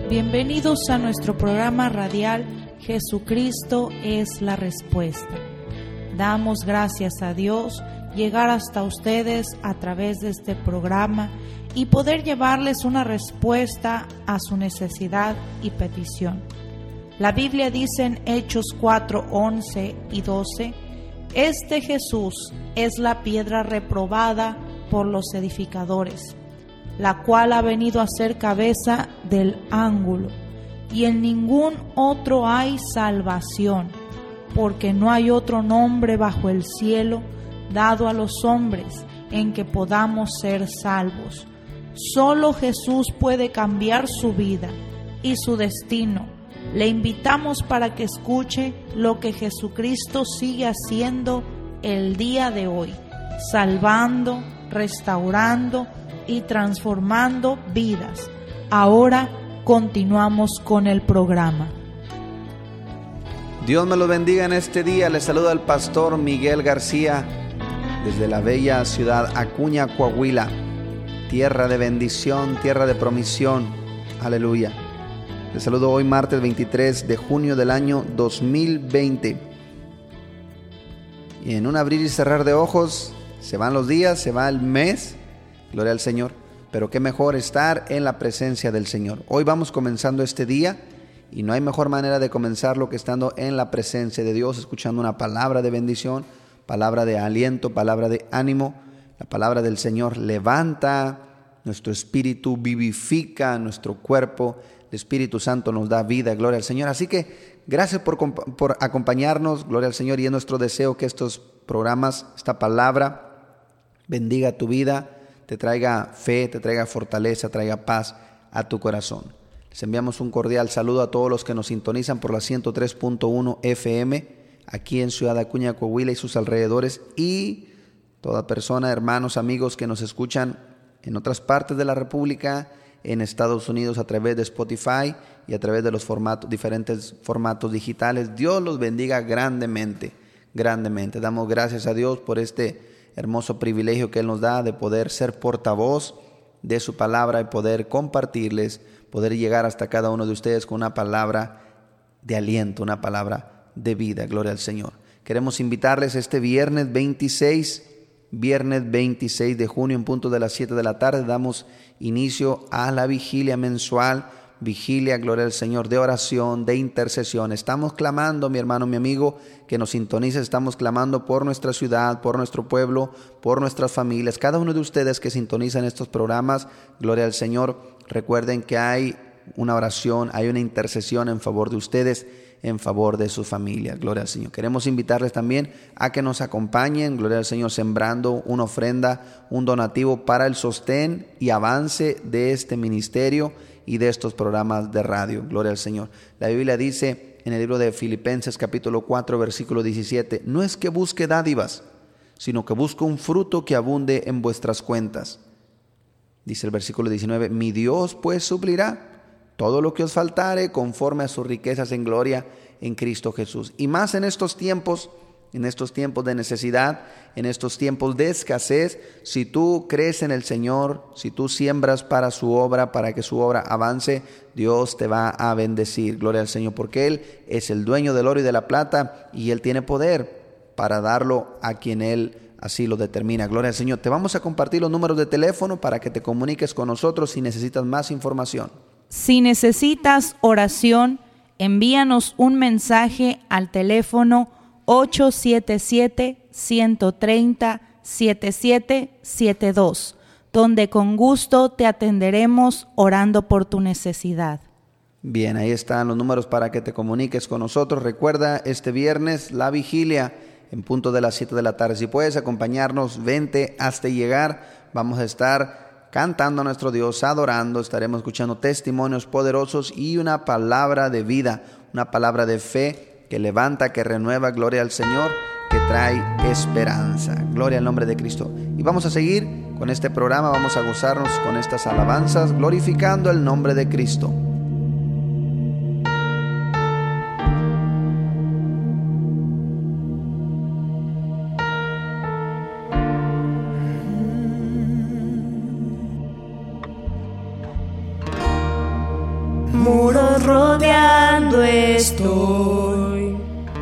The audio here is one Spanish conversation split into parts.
Bienvenidos a nuestro programa radial Jesucristo es la respuesta. Damos gracias a Dios llegar hasta ustedes a través de este programa y poder llevarles una respuesta a su necesidad y petición. La Biblia dice en Hechos 4, 11 y 12: Este Jesús es la piedra reprobada por los edificadores, la cual ha venido a ser cabeza del ángulo, y en ningún otro hay salvación, porque no hay otro nombre bajo el cielo dado a los hombres en que podamos ser salvos. Solo Jesús puede cambiar su vida y su destino. Le invitamos para que escuche lo que Jesucristo sigue haciendo el día de hoy, salvando, restaurando y transformando vidas. Ahora continuamos con el programa. Dios me los bendiga en este día. Les saluda el pastor Miguel García desde la bella ciudad Acuña, Coahuila, tierra de bendición, tierra de promisión. Aleluya. Les saludo hoy martes 23 de junio del año 2020. Y en un abrir y cerrar de ojos se van los días, se va el mes. Gloria al Señor. Pero qué mejor estar en la presencia del Señor. Hoy vamos comenzando este día y no hay mejor manera de comenzarlo que estando en la presencia de Dios, escuchando una palabra de bendición, palabra de aliento, palabra de ánimo. La palabra del Señor levanta nuestro espíritu, vivifica nuestro cuerpo. El Espíritu Santo nos da vida, gloria al Señor. Así que gracias por acompañarnos, gloria al Señor. Y es nuestro deseo que estos programas, esta palabra, bendiga tu vida, te traiga fe, te traiga fortaleza, traiga paz a tu corazón. Les enviamos un cordial saludo a todos los que nos sintonizan por la 103.1 FM aquí en Ciudad Acuña, Coahuila y sus alrededores, y toda persona, hermanos, amigos que nos escuchan en otras partes de la República, en Estados Unidos a través de Spotify y a través de los diferentes formatos digitales. Dios los bendiga grandemente, grandemente. Damos gracias a Dios por este hermoso privilegio que Él nos da de poder ser portavoz de su palabra y poder compartirles, poder llegar hasta cada uno de ustedes con una palabra de aliento, una palabra de vida. Gloria al Señor. Queremos invitarles este viernes 26 de junio en punto de las 7 de la tarde. Damos inicio a la vigilia mensual, vigilia, gloria al Señor, de oración, de intercesión. Estamos clamando, mi hermano, mi amigo, que nos sintoniza, estamos clamando por nuestra ciudad, por nuestro pueblo, por nuestras familias. Cada uno de ustedes que sintonizan estos programas, gloria al Señor, recuerden que hay una oración, hay una intercesión en favor de ustedes, en favor de su familia. Gloria al Señor. Queremos invitarles también a que nos acompañen, gloria al Señor, sembrando una ofrenda, un donativo para el sostén y avance de este ministerio y de estos programas de radio. Gloria al Señor. La Biblia dice en el libro de Filipenses capítulo 4 versículo 17: no es que busque dádivas, sino que busco un fruto que abunde en vuestras cuentas. Dice el versículo 19: mi Dios pues suplirá todo lo que os faltare conforme a sus riquezas en gloria en Cristo Jesús. Y más en estos tiempos de necesidad, en estos tiempos de escasez, si tú crees en el Señor, si tú siembras para su obra, para que su obra avance, Dios te va a bendecir. Gloria al Señor, porque Él es el dueño del oro y de la plata y Él tiene poder para darlo a quien Él así lo determina. Gloria al Señor. Te vamos a compartir los números de teléfono para que te comuniques con nosotros si necesitas más información. Si necesitas oración, envíanos un mensaje al teléfono 877-130-7772, donde con gusto te atenderemos orando por tu necesidad. Bien, ahí están los números para que te comuniques con nosotros. Recuerda, este viernes la vigilia en punto de las 7 de la tarde. Si puedes acompañarnos, vente hasta llegar. Vamos a estar cantando a nuestro Dios, adorando, estaremos escuchando testimonios poderosos y una palabra de vida, una palabra de fe que levanta, que renueva. Gloria al Señor, que trae esperanza. Gloria al nombre de Cristo. Y vamos a seguir con este programa, vamos a gozarnos con estas alabanzas, glorificando el nombre de Cristo. Muy estoy.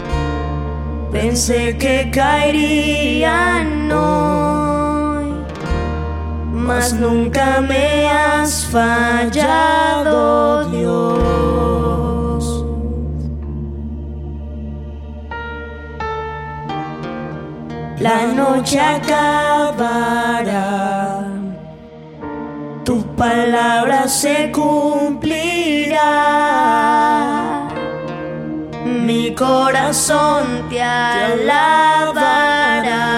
Pensé que caerían hoy, mas nunca me has fallado, Dios. La noche acabará, tu palabra se cumplirá. Mi corazón te alabará.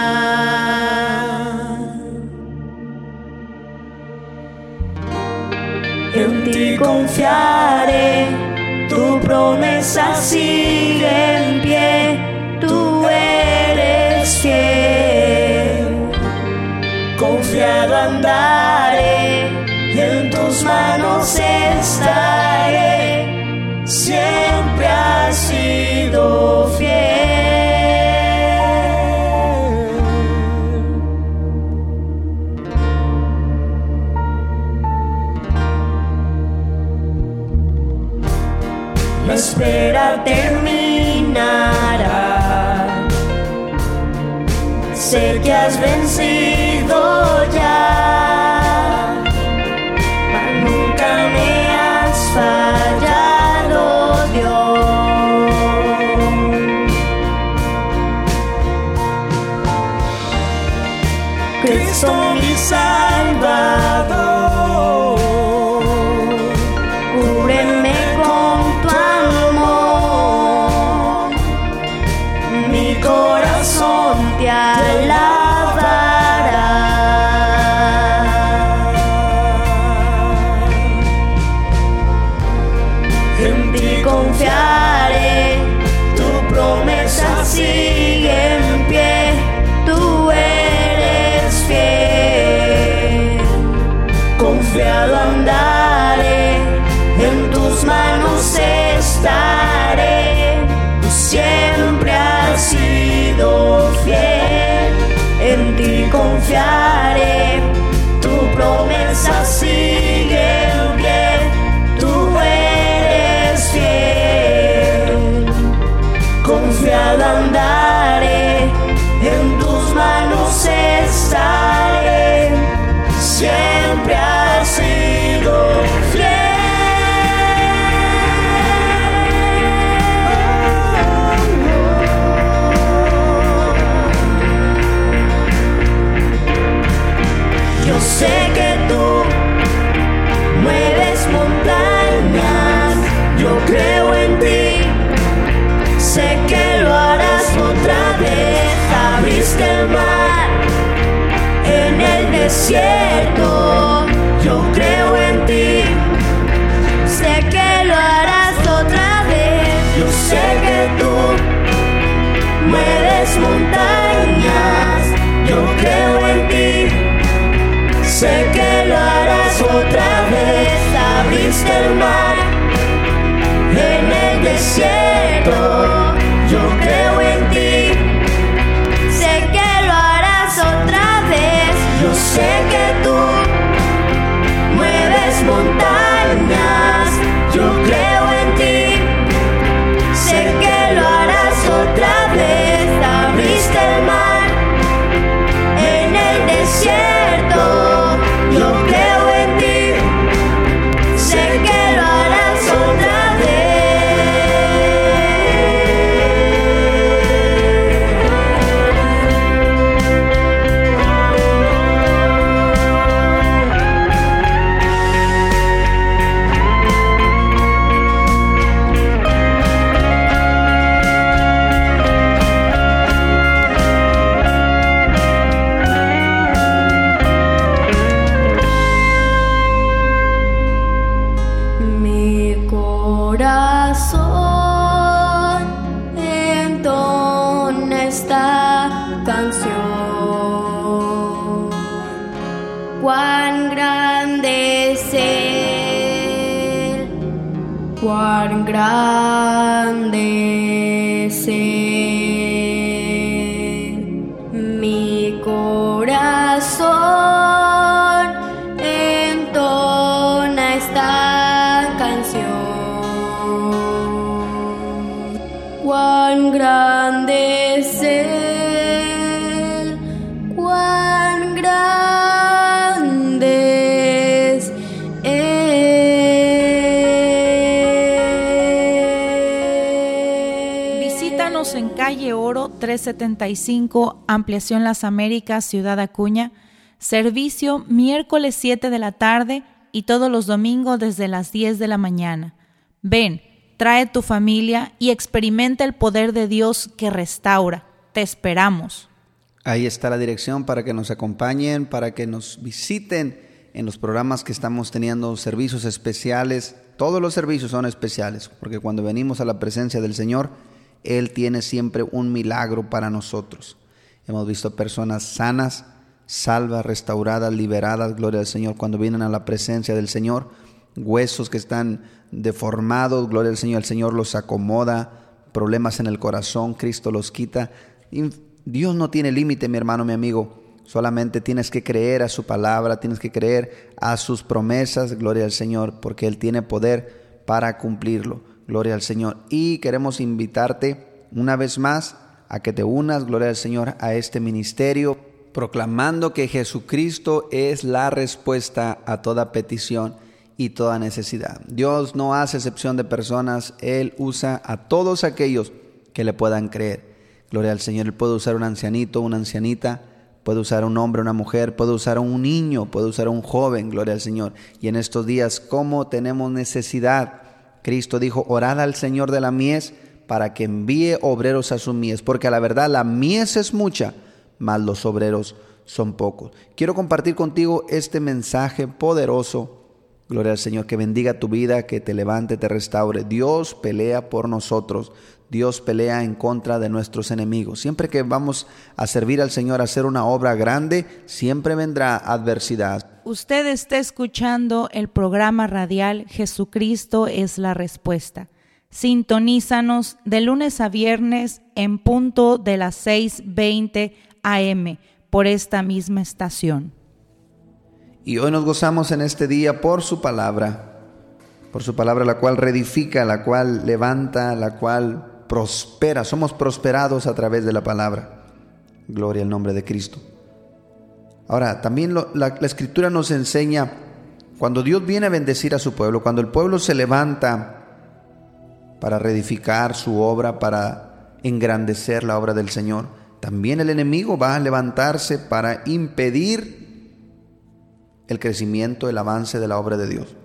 En ti confiaré, tu promesa sigue en pie. Tú eres fiel, confiado andaré, en tus manos estaré, siempre has sido fiel. La espera terminará, sé que has vencido ya, mas nunca me has fallado, Dios. Cristo mi Salvador, cúbreme con tu amor, mi corazón te alabará. En ti confiaré, tu promesa sigue en pie. Tú eres fiel, confiado andaré, en tus manos estaré. Tú siempre has sido fiel, en ti confiaré, tu promesa sigue en pie. Tú eres fiel, confiado andaré, en tus manos estaré. Siempre has sido fiel. Yo sé que tú mueves montañas, yo creo en ti, sé que lo harás otra vez. Abriste el mar en el desierto, yo creo en ti, sé que lo harás otra vez. Yo sé que tú mueves montañas, yo creo en ti, sé que lo harás otra vez. Abriste el mar en el desierto, yo creo en ti, sé que lo harás otra vez. Yo sé que tú mueves montañas, yo creo en ti, sé que lo harás otra vez. Abriste el mar en el desierto, yo creo en ti, sé que lo harás otra cuán grande es Él, cuán grande es Él. Mi corazón entona esta canción. grande es Él, cuán grande es Él. Visítanos en calle Oro 375, Ampliación Las Américas, Ciudad Acuña. Servicio miércoles 7 de la tarde y todos los domingos desde las 10 de la mañana. Ven, trae tu familia y experimenta el poder de Dios que restaura. Te esperamos. Ahí está la dirección para que nos acompañen, para que nos visiten en los programas que estamos teniendo, servicios especiales. Todos los servicios son especiales, porque cuando venimos a la presencia del Señor, Él tiene siempre un milagro para nosotros. Hemos visto personas sanas, salvas, restauradas, liberadas, gloria al Señor, cuando vienen a la presencia del Señor. Huesos que están deformados, gloria al Señor, el Señor los acomoda. Problemas en el corazón, Cristo los quita. Y Dios no tiene límite, mi hermano, mi amigo. Solamente tienes que creer a su palabra, tienes que creer a sus promesas, gloria al Señor, porque Él tiene poder para cumplirlo, gloria al Señor. Y queremos invitarte una vez más a que te unas, gloria al Señor, a este ministerio, proclamando que Jesucristo es la respuesta a toda petición y toda necesidad. Dios no hace excepción de personas, Él usa a todos aquellos que le puedan creer. Gloria al Señor. Él puede usar un ancianito, una ancianita, puede usar un hombre, una mujer, puede usar un niño, puede usar un joven, gloria al Señor. Y en estos días, ¿cómo tenemos necesidad? Cristo dijo, orad al Señor de la mies para que envíe obreros a su mies, porque a la verdad la mies es mucha, mas los obreros son pocos. Quiero compartir contigo este mensaje poderoso, gloria al Señor, que bendiga tu vida, que te levante, te restaure. Dios pelea por nosotros, Dios pelea en contra de nuestros enemigos. Siempre que vamos a servir al Señor, a hacer una obra grande, siempre vendrá adversidad. Usted está escuchando el programa radial Jesucristo es la respuesta. Sintonízanos de lunes a viernes en punto de las 6:20 AM por esta misma estación. Y hoy nos gozamos en este día por su palabra la cual reedifica, la cual levanta, la cual prospera. Somos prosperados a través de la palabra. Gloria al nombre de Cristo. Ahora, también la Escritura nos enseña, cuando Dios viene a bendecir a su pueblo, cuando el pueblo se levanta para reedificar su obra, para engrandecer la obra del Señor, también el enemigo va a levantarse para impedir el crecimiento, el avance de la obra de Dios.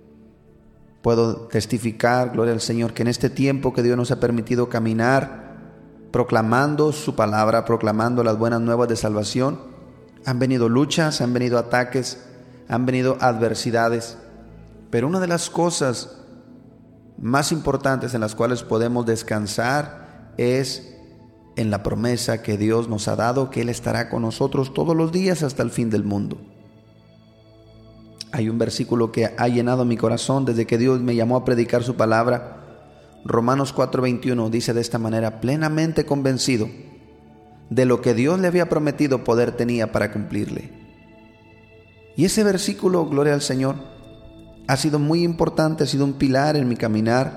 Puedo testificar, gloria al Señor, que en este tiempo que Dios nos ha permitido caminar, proclamando su palabra, proclamando las buenas nuevas de salvación, han venido luchas, han venido ataques, han venido adversidades. Pero una de las cosas más importantes en las cuales podemos descansar es en la promesa que Dios nos ha dado, que Él estará con nosotros todos los días hasta el fin del mundo. Hay un versículo que ha llenado mi corazón desde que Dios me llamó a predicar su palabra. Romanos 4:21 dice de esta manera: plenamente convencido de lo que Dios le había prometido, poder tenía para cumplirle. Y ese versículo, gloria al Señor, ha sido muy importante, ha sido un pilar en mi caminar,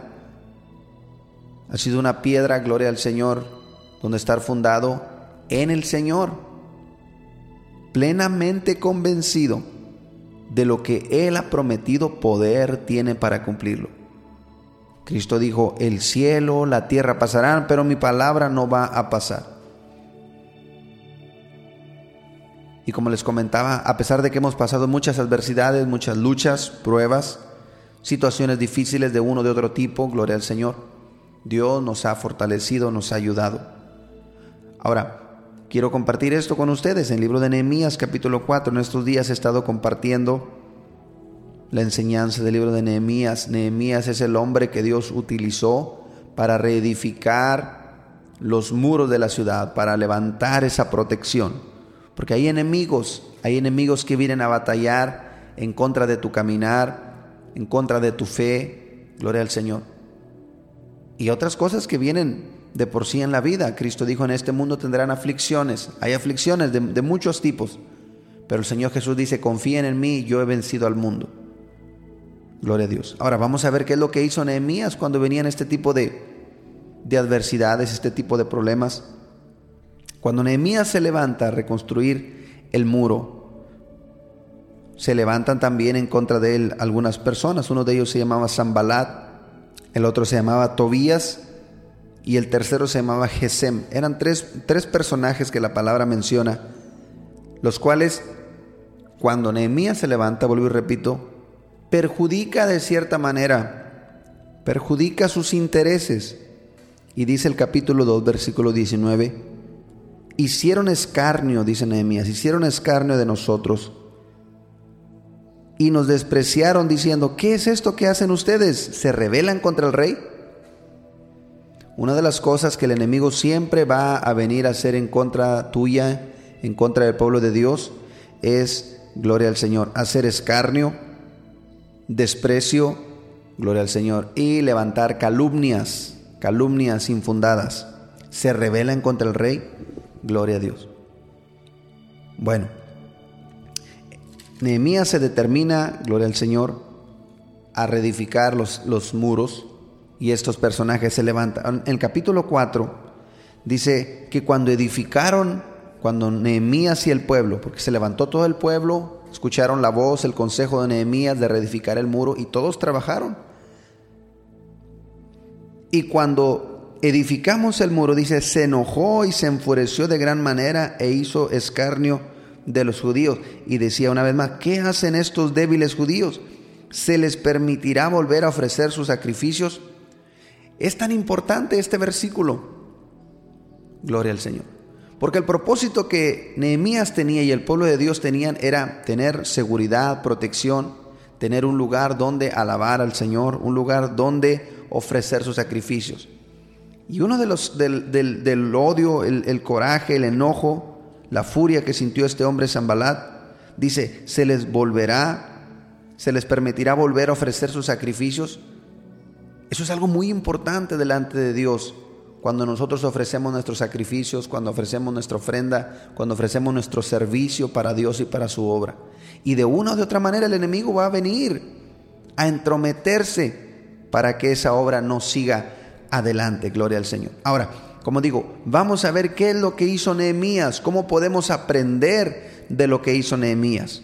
ha sido una piedra, gloria al Señor, donde estar fundado en el Señor, plenamente convencido de lo que Él ha prometido, poder tiene para cumplirlo. Cristo dijo, el cielo, la tierra pasarán, pero mi palabra no va a pasar. Y como les comentaba, a pesar de que hemos pasado muchas adversidades, muchas luchas, pruebas, situaciones difíciles de uno o de otro tipo, gloria al Señor, Dios nos ha fortalecido, nos ha ayudado. Ahora, quiero compartir esto con ustedes. En el libro de Nehemías, capítulo 4, en estos días he estado compartiendo la enseñanza del libro de Nehemías. Nehemías es el hombre que Dios utilizó para reedificar los muros de la ciudad, para levantar esa protección. Porque hay enemigos que vienen a batallar en contra de tu caminar, en contra de tu fe, gloria al Señor. Y otras cosas que vienen de por sí en la vida. Cristo dijo, en este mundo tendrán aflicciones. Hay aflicciones de muchos tipos. Pero el Señor Jesús dice, confíen en mí, yo he vencido al mundo. Gloria a Dios. Ahora vamos a ver qué es lo que hizo Nehemías cuando venían este tipo de de adversidades, este tipo de problemas. Cuando Nehemías se levanta a reconstruir el muro, se levantan también en contra de él algunas personas. Uno de ellos se llamaba Sanbalat, el otro se llamaba Tobías y el tercero se llamaba Gesem. Eran tres personajes que la palabra menciona, los cuales, cuando Nehemías se levanta, vuelvo y repito, perjudica de cierta manera, perjudica sus intereses. Y dice el capítulo 2, versículo 19, hicieron escarnio, dice Nehemías, hicieron escarnio de nosotros y nos despreciaron diciendo, ¿qué es esto que hacen ustedes? ¿Se rebelan contra el rey? Una de las cosas que el enemigo siempre va a venir a hacer en contra tuya, en contra del pueblo de Dios, es, gloria al Señor, hacer escarnio, desprecio, gloria al Señor, y levantar calumnias infundadas. Se rebelan contra el rey, gloria a Dios. Bueno, Nehemías se determina, gloria al Señor, a reedificar los muros, y estos personajes se levantan. En el capítulo 4 dice que cuando Nehemías y el pueblo, porque se levantó todo el pueblo, escucharon la voz, el consejo de Nehemías de reedificar el muro, y todos trabajaron. Y cuando edificamos el muro, dice, se enojó y se enfureció de gran manera e hizo escarnio de los judíos. Y decía una vez más, ¿qué hacen estos débiles judíos? ¿Se les permitirá volver a ofrecer sus sacrificios? Es tan importante este versículo, gloria al Señor, porque el propósito que Nehemías tenía y el pueblo de Dios tenían era tener seguridad, protección, tener un lugar donde alabar al Señor, un lugar donde ofrecer sus sacrificios. Y uno de los del odio, el coraje, el enojo, la furia que sintió este hombre Sanbalat, dice, se les permitirá volver a ofrecer sus sacrificios. Eso es algo muy importante delante de Dios. Cuando nosotros ofrecemos nuestros sacrificios, cuando ofrecemos nuestra ofrenda, cuando ofrecemos nuestro servicio para Dios y para su obra. Y de una o de otra manera el enemigo va a venir a entrometerse para que esa obra no siga adelante, gloria al Señor. Ahora, como digo, vamos a ver qué es lo que hizo Nehemías, cómo podemos aprender de lo que hizo Nehemías.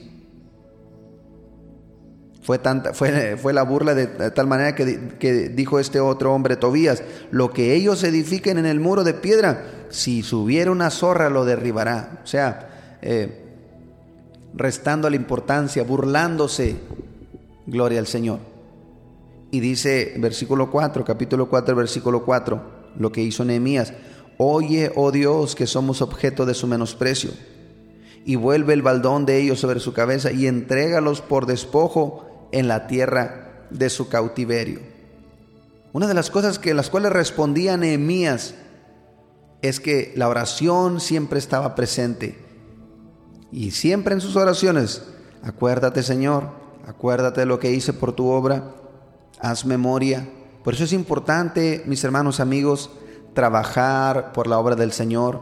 Fue la burla de tal manera que dijo este otro hombre, Tobías, lo que ellos edifiquen en el muro de piedra, si subiera una zorra lo derribará. O sea, restando la importancia, burlándose, gloria al Señor. Y dice versículo 4, capítulo 4, versículo 4, lo que hizo Nehemías, oye, oh Dios, que somos objeto de su menosprecio, y vuelve el baldón de ellos sobre su cabeza y entrégalos por despojo en la tierra de su cautiverio. Una de las cosas las cuales respondía Nehemías es que la oración siempre estaba presente, y siempre en sus oraciones, acuérdate Señor, acuérdate de lo que hice por tu obra, haz memoria. Por eso es importante, mis hermanos, amigos, trabajar por la obra del Señor,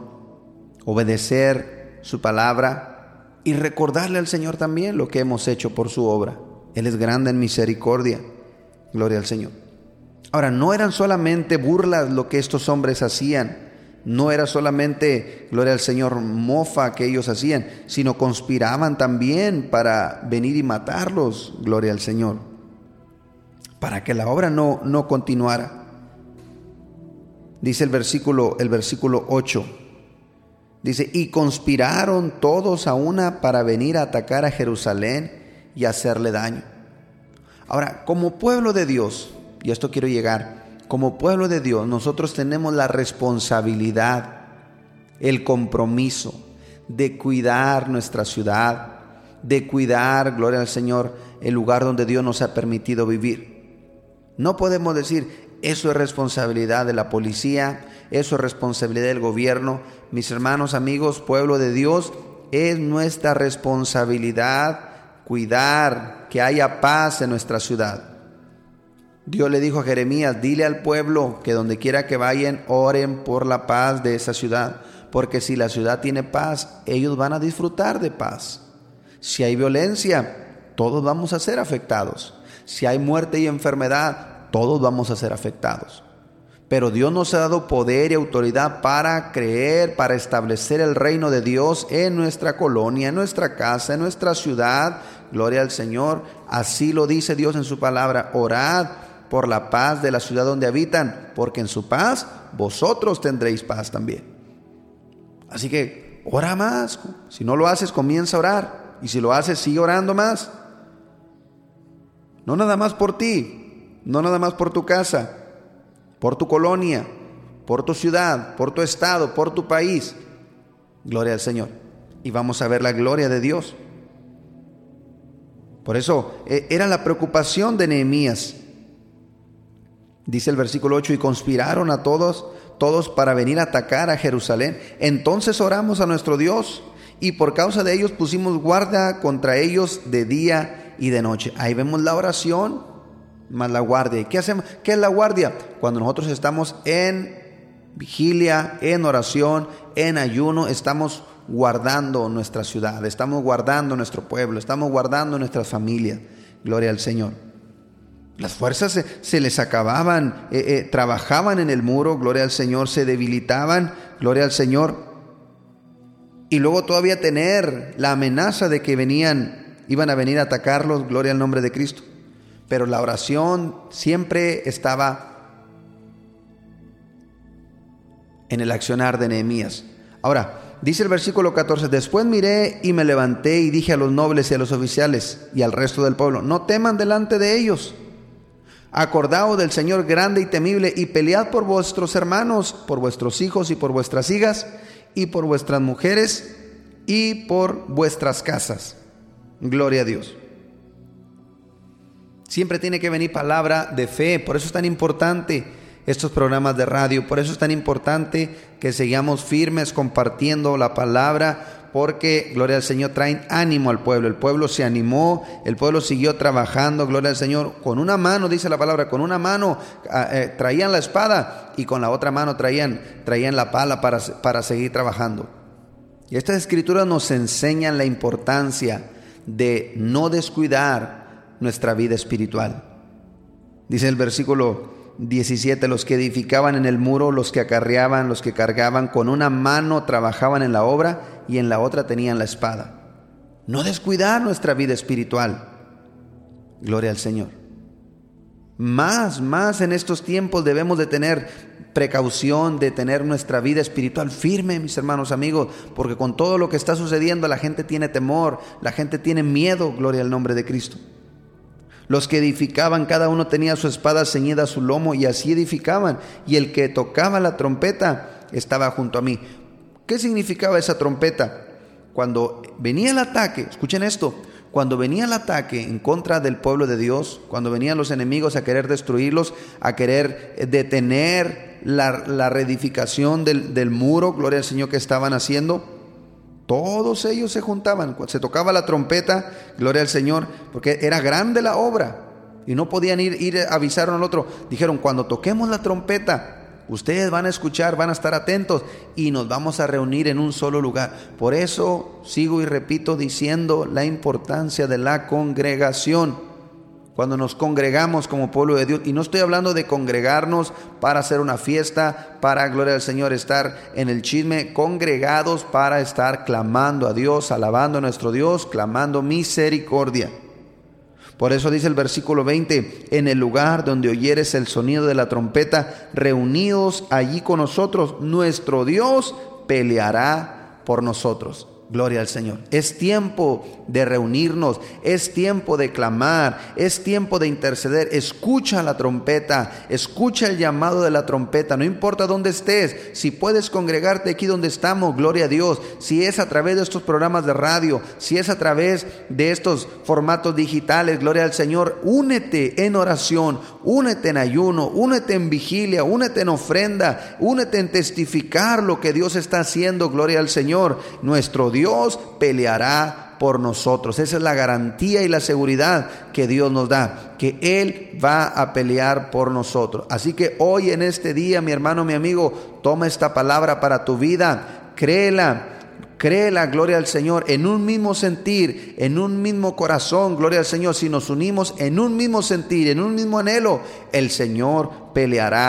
obedecer su palabra y recordarle al Señor también lo que hemos hecho por su obra. Él es grande en misericordia, gloria al Señor. Ahora, no eran solamente burlas lo que estos hombres hacían, no era solamente, gloria al Señor, mofa que ellos hacían, sino conspiraban también para venir y matarlos, gloria al Señor, para que la obra no continuara. Dice el versículo 8, dice, y conspiraron todos a una para venir a atacar a Jerusalén y hacerle daño. Ahora, como pueblo de Dios, y a esto quiero llegar, como pueblo de Dios, nosotros tenemos la responsabilidad, el compromiso de cuidar nuestra ciudad, de cuidar, gloria al Señor, el lugar donde Dios nos ha permitido vivir. No podemos decir, eso es responsabilidad de la policía, eso es responsabilidad del gobierno. Mis hermanos, amigos, pueblo de Dios, es nuestra responsabilidad cuidar que haya paz en nuestra ciudad. Dios le dijo a Jeremías, dile al pueblo que donde quiera que vayan, oren por la paz de esa ciudad, porque si la ciudad tiene paz, ellos van a disfrutar de paz. Si hay violencia, todos vamos a ser afectados. Si hay muerte y enfermedad, todos vamos a ser afectados. Pero Dios nos ha dado poder y autoridad para creer, para establecer el reino de Dios en nuestra colonia, en nuestra casa, en nuestra ciudad. Gloria al Señor. Así lo dice Dios en su palabra. Orad por la paz de la ciudad donde habitan, porque en su paz vosotros tendréis paz también. Así que ora más. Si no lo haces, comienza a orar. Y si lo haces, sigue orando más. No nada más por ti, no nada más por tu casa, por tu colonia, por tu ciudad, por tu estado, por tu país. Gloria al Señor. Y vamos a ver la gloria de Dios. Por eso era la preocupación de Nehemías. Dice el versículo 8: y conspiraron a todos para venir a atacar a Jerusalén. Entonces oramos a nuestro Dios, y por causa de ellos pusimos guardia contra ellos de día y de noche. Ahí vemos la oración más la guardia. ¿Y qué hacemos? ¿Qué es la guardia? Cuando nosotros estamos en vigilia, en oración, en ayuno, estamos guardando nuestra ciudad, estamos guardando nuestro pueblo, estamos guardando nuestras familias. Gloria al Señor. Las fuerzas se les acababan, trabajaban en el muro, gloria al Señor, se debilitaban, gloria al Señor. Y luego todavía tener la amenaza de que iban a venir a atacarlos, gloria al nombre de Cristo. Pero la oración siempre estaba en el accionar de Nehemías. Ahora, dice el versículo 14: después miré y me levanté y dije a los nobles y a los oficiales y al resto del pueblo: no teman delante de ellos. Acordaos del Señor grande y temible, y pelead por vuestros hermanos, por vuestros hijos y por vuestras hijas, y por vuestras mujeres y por vuestras casas. Gloria a Dios. Siempre tiene que venir palabra de fe. Por eso es tan importante estos programas de radio. Por eso es tan importante que sigamos firmes compartiendo la palabra, porque, gloria al Señor, traen ánimo al pueblo. El pueblo se animó, el pueblo siguió trabajando, gloria al Señor. Con una mano, dice la palabra, con una mano traían la espada, y con la otra mano traían la pala para seguir trabajando. Y estas escrituras nos enseñan la importancia de no descuidar nuestra vida espiritual. Dice el versículo 17: los que edificaban en el muro, los que acarreaban, los que cargaban, con una mano trabajaban en la obra y en la otra tenían la espada. No descuidar nuestra vida espiritual. Gloria al Señor. Más en estos tiempos debemos de tener precaución, de tener nuestra vida espiritual firme, mis hermanos, amigos, porque con todo lo que está sucediendo la gente tiene temor, la gente tiene miedo. Gloria al nombre de Cristo. Los que edificaban, cada uno tenía su espada ceñida a su lomo, y así edificaban, y el que tocaba la trompeta estaba junto a mí. ¿Qué significaba esa trompeta? Cuando venía el ataque, escuchen esto, cuando venía el ataque en contra del pueblo de Dios, cuando venían los enemigos a querer destruirlos, a querer detener la reedificación del muro, gloria al Señor, que estaban haciendo, todos ellos se juntaban. Se tocaba la trompeta, gloria al Señor, porque era grande la obra y no podían ir a avisar uno al otro. Dijeron: cuando toquemos la trompeta, ustedes van a escuchar, van a estar atentos y nos vamos a reunir en un solo lugar. Por eso sigo y repito diciendo la importancia de la congregación. Cuando nos congregamos como pueblo de Dios, y no estoy hablando de congregarnos para hacer una fiesta, para, gloria al Señor, estar en el chisme, congregados para estar clamando a Dios, alabando a nuestro Dios, clamando misericordia. Por eso dice el versículo 20: en el lugar donde oyeres el sonido de la trompeta, reunidos allí con nosotros, nuestro Dios peleará por nosotros. Gloria al Señor. Es tiempo de reunirnos, es tiempo de clamar, es tiempo de interceder. Escucha la trompeta, escucha el llamado de la trompeta. No importa dónde estés, si puedes congregarte aquí donde estamos, gloria a Dios. Si es a través de estos programas de radio, si es a través de estos formatos digitales, gloria al Señor. Únete en oración, únete en ayuno, únete en vigilia, únete en ofrenda, únete en testificar lo que Dios está haciendo, gloria al Señor. Nuestro Dios peleará por nosotros. Esa es la garantía y la seguridad que Dios nos da, que Él va a pelear por nosotros. Así que hoy, en este día, mi hermano, mi amigo, toma esta palabra para tu vida, créela, gloria al Señor, en un mismo sentir, en un mismo corazón, gloria al Señor. Si nos unimos en un mismo sentir, en un mismo anhelo, el Señor peleará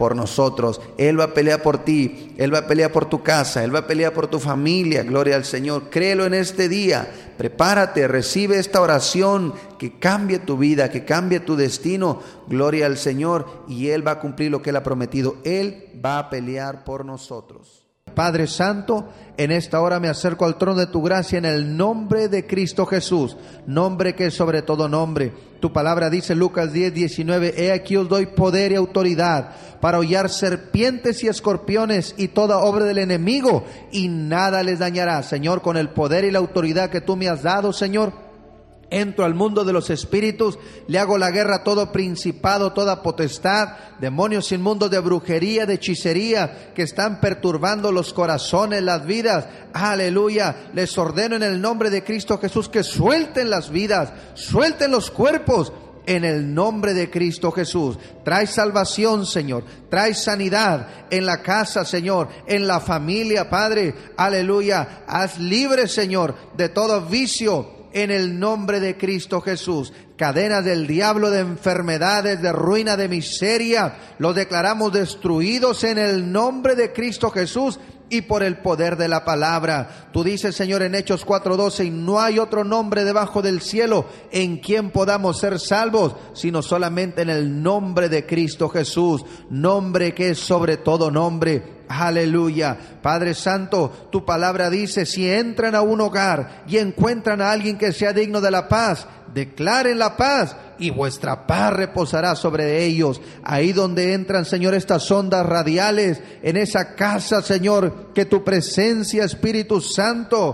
por nosotros. Él va a pelear por ti, Él va a pelear por tu casa, Él va a pelear por tu familia. Gloria al Señor. Créelo en este día. Prepárate, recibe esta oración que cambie tu vida, que cambie tu destino. Gloria al Señor. Y Él va a cumplir lo que Él ha prometido. Él va a pelear por nosotros. Padre Santo, en esta hora me acerco al trono de tu gracia en el nombre de Cristo Jesús, nombre que es sobre todo nombre. Tu palabra dice, Lucas 10:19, he aquí os doy poder y autoridad para hollar serpientes y escorpiones y toda obra del enemigo, y nada les dañará. Señor, con el poder y la autoridad que tú me has dado, Señor, entro al mundo de los espíritus, le hago la guerra a todo principado, toda potestad, demonios inmundos de brujería, de hechicería, que están perturbando los corazones, las vidas. Aleluya. Les ordeno en el nombre de Cristo Jesús que suelten las vidas, suelten los cuerpos. En el nombre de Cristo Jesús, trae salvación, Señor, trae sanidad en la casa, Señor, en la familia, Padre, aleluya. Haz libre, Señor, de todo vicio. En el nombre de Cristo Jesús, cadenas del diablo, de enfermedades, de ruina, de miseria, los declaramos destruidos en el nombre de Cristo Jesús y por el poder de la palabra. Tú dices, Señor, en Hechos 4:12, y no hay otro nombre debajo del cielo en quien podamos ser salvos, sino solamente en el nombre de Cristo Jesús, nombre que es sobre todo nombre. Aleluya. Padre Santo, tu palabra dice, si entran a un hogar y encuentran a alguien que sea digno de la paz, declaren la paz y vuestra paz reposará sobre ellos. Ahí donde entran, Señor, estas ondas radiales, en esa casa, Señor, que tu presencia, Espíritu Santo,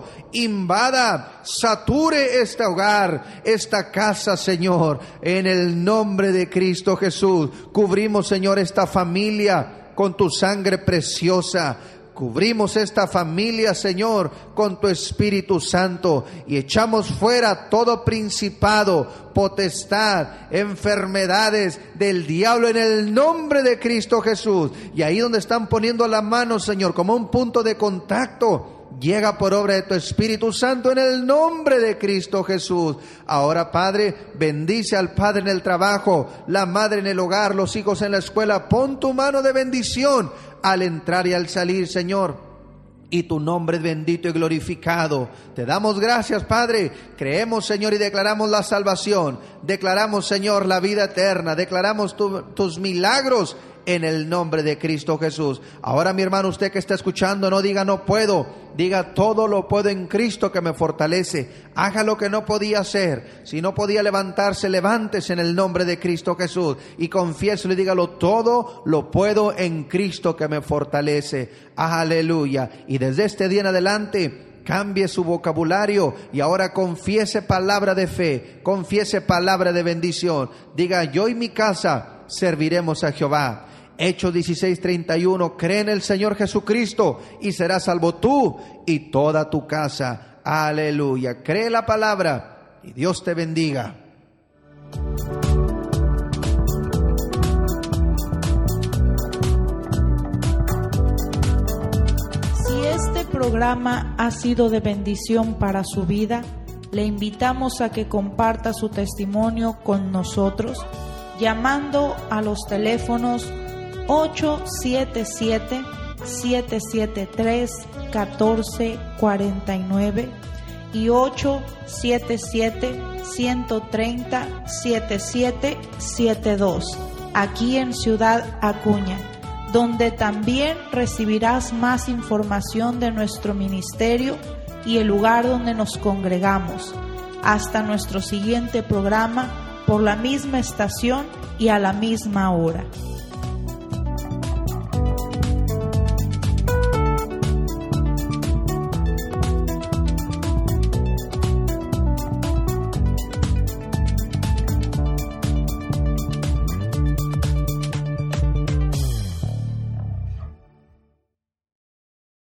invada, sature este hogar, esta casa, Señor, en el nombre de Cristo Jesús. Cubrimos, Señor, esta familia con tu sangre preciosa. Cubrimos esta familia, Señor, con tu Espíritu Santo, y echamos fuera todo principado, potestad, enfermedades del diablo en el nombre de Cristo Jesús. Y ahí donde están poniendo la mano, Señor, como un punto de contacto, llega por obra de tu Espíritu Santo en el nombre de Cristo Jesús. Ahora, Padre, bendice al padre en el trabajo, la madre en el hogar, los hijos en la escuela. Pon tu mano de bendición al entrar y al salir, Señor, y tu nombre es bendito y glorificado. Te damos gracias, Padre. Creemos, Señor, y declaramos la salvación. Declaramos, Señor, la vida eterna. Declaramos tus milagros en el nombre de Cristo Jesús. Ahora, mi hermano, usted que está escuchando, no diga no puedo, diga todo lo puedo en Cristo que me fortalece. Haga lo que no podía hacer. Si no podía levantarse, levántese en el nombre de Cristo Jesús y confiéselo y dígalo, todo lo puedo en Cristo que me fortalece. Aleluya. Y desde este día en adelante, cambie su vocabulario y ahora confiese palabra de fe, confiese palabra de bendición. Diga, yo y mi casa serviremos a Jehová. Hechos 16:31, cree en el Señor Jesucristo y serás salvo tú y toda tu casa. Aleluya. Cree la palabra y Dios te bendiga. Si este programa ha sido de bendición para su vida, le invitamos a que comparta su testimonio con nosotros llamando a los teléfonos 877-773-1449 y 877-130-7772 aquí en Ciudad Acuña, donde también recibirás más información de nuestro ministerio y el lugar donde nos congregamos. Hasta nuestro siguiente programa por la misma estación y a la misma hora.